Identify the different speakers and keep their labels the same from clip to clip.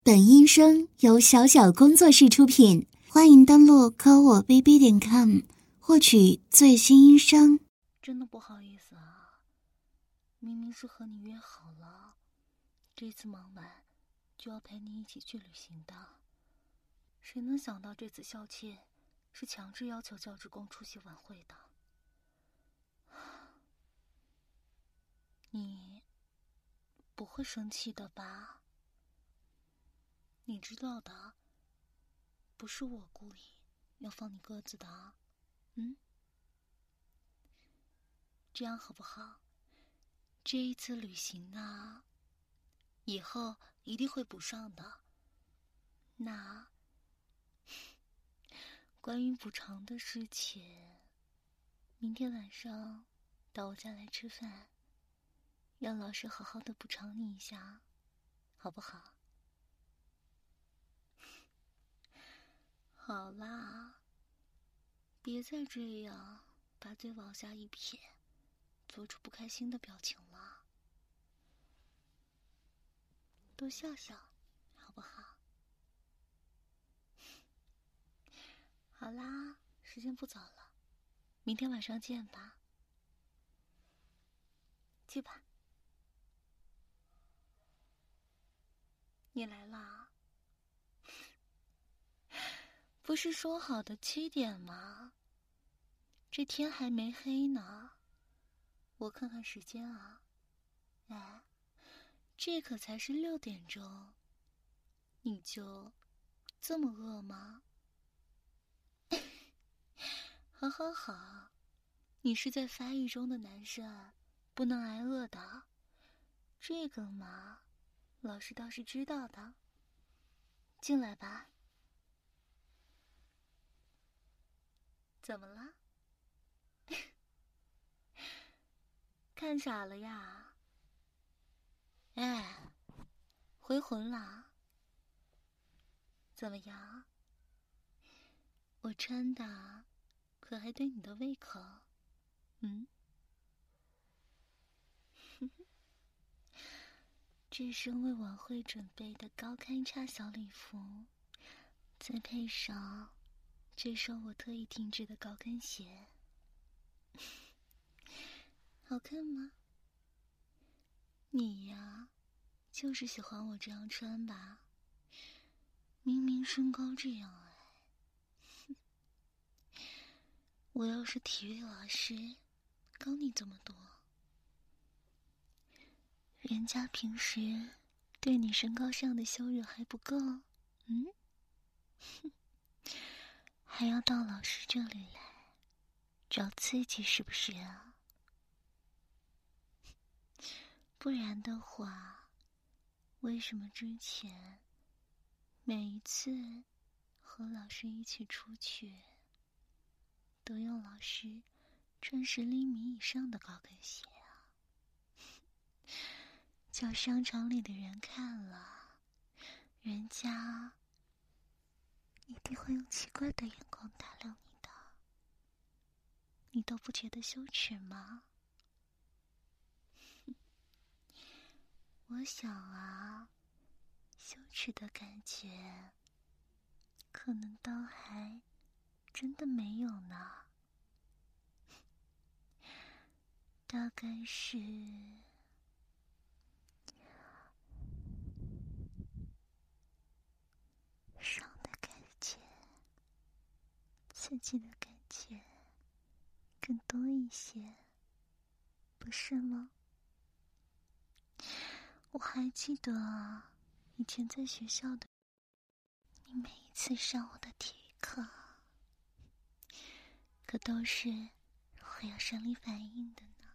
Speaker 1: 本音声由小小工作室出品，欢迎登录科我 bb.com 获取最新音声。
Speaker 2: 真的不好意思啊，明明是和你约好了，这次忙完就要陪你一起去旅行的，谁能想到这次校庆是强制要求教职工出席晚会的。你不会生气的吧？你知道的，不是我故意要放你鸽子的啊。这样好不好？这一次旅行呢，以后一定会补上的。那关于补偿的事情，明天晚上到我家来吃饭，让老师好好的补偿你一下，好不好？好啦，别再这样把嘴往下一撇，做出不开心的表情了。多笑笑，好不好？好啦，时间不早了，明天晚上见吧。去吧。你来啦？不是说好的7点吗？这天还没黑呢。我看看时间啊，哎，这可才是6点钟。你就这么饿吗？好好好，你是在发育中的男生，不能挨饿的。这个嘛，老师倒是知道的。进来吧。怎么了？看傻了呀？哎，回魂了？怎么样？我穿的可还对你的胃口？这身为晚会准备的高开叉小礼服，再配上这双我特意定制的高跟鞋，好看吗？你呀，就是喜欢我这样穿吧？明明身高这样矮，我要是体育老师，高你这么多，人家平时对你身高上的羞辱还不够，还要到老师这里来找刺激是不是啊？不然的话，为什么之前每一次和老师一起出去，都用老师穿10厘米以上的高跟鞋啊？叫商场里的人看了，人家一定会用奇怪的眼光打量你的，你都不觉得羞耻吗？我想啊，羞耻的感觉可能倒还真的没有呢，大概是爽的感觉，刺激的感觉更多一些，不是吗？我还记得啊，以前在学校的你每一次上我的体育课，可都是会有生理反应的呢。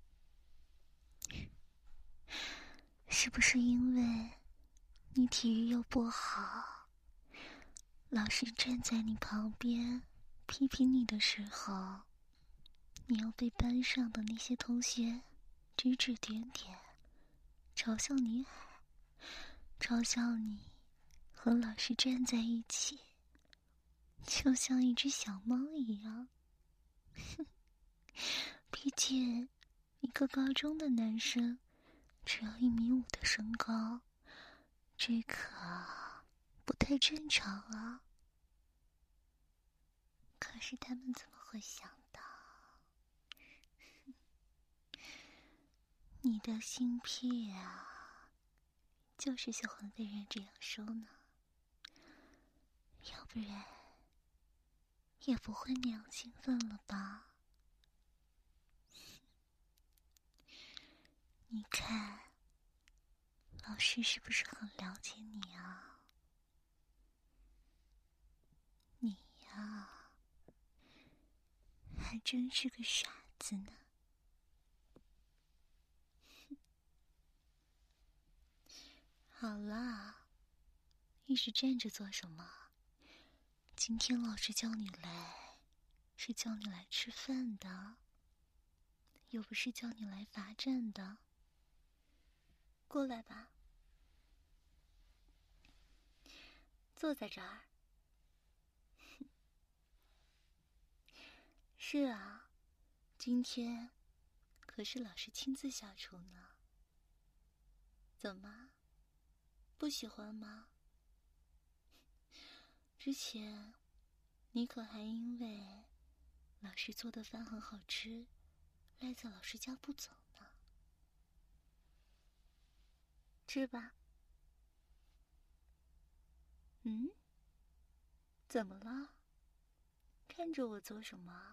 Speaker 2: 是不是因为你体育又不好，老师站在你旁边批评你的时候，你要被班上的那些同学指指点点，嘲笑你矮，嘲笑你和老师站在一起，就像一只小猫一样。毕竟一个高中的男生只有1.5米的身高，这可太正常啊。可是他们怎么会想到，你的心癖啊，就是喜欢被人这样说呢？要不然也不会那样兴奋了吧？你看，老师是不是很了解你啊？你呀，还真是个傻子呢。好啦，一直站着做什么？今天老师叫你来，是叫你来吃饭的，又不是叫你来罚站的。过来吧，坐在这儿。是啊，今天可是老师亲自下厨呢。怎么，不喜欢吗？之前你可还因为老师做的饭很好吃，赖在老师家不走呢。吃吧。嗯？怎么了？看着我做什么？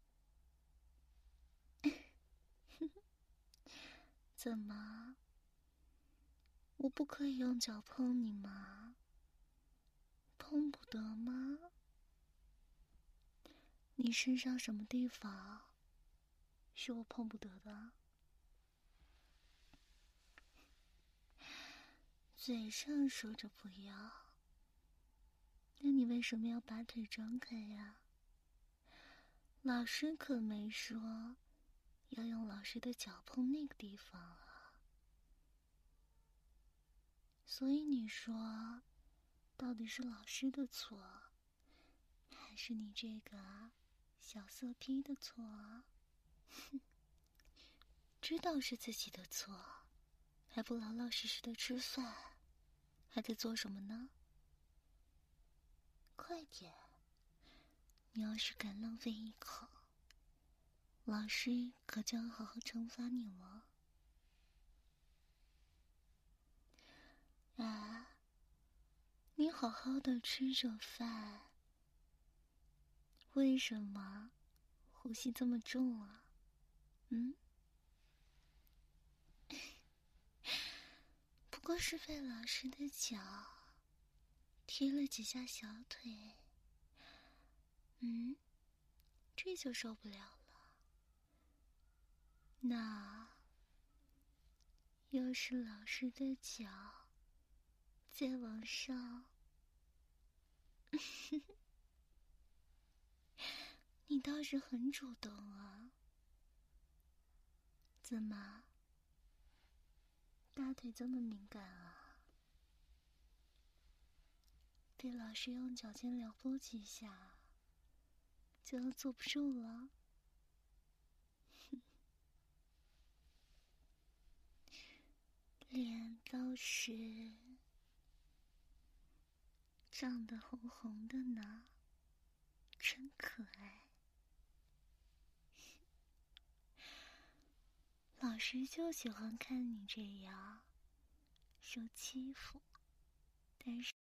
Speaker 2: 怎么？我不可以用脚碰你吗？碰不得吗？你身上什么地方是我碰不得的？嘴上说着不要，那你为什么要把腿张开呀？老师可没说要用老师的脚碰那个地方啊。所以你说，到底是老师的错，还是你这个小色批的错啊？知道是自己的错，还不老老实实的吃饭，还在做什么呢？快点！你要是敢浪费一口，老师可就要好好惩罚你了。啊，你好好的吃着饭，为什么呼吸这么重啊？嗯？不过是被老师的脚踢了几下小腿，这就受不了了。那要是老师的脚再往上，你倒是很主动啊。怎么，大腿这么敏感啊？被老师用脚尖撩拨几下，就要坐不住了？脸倒是长得红红的呢，真可爱。老师就喜欢看你这样受欺负，但是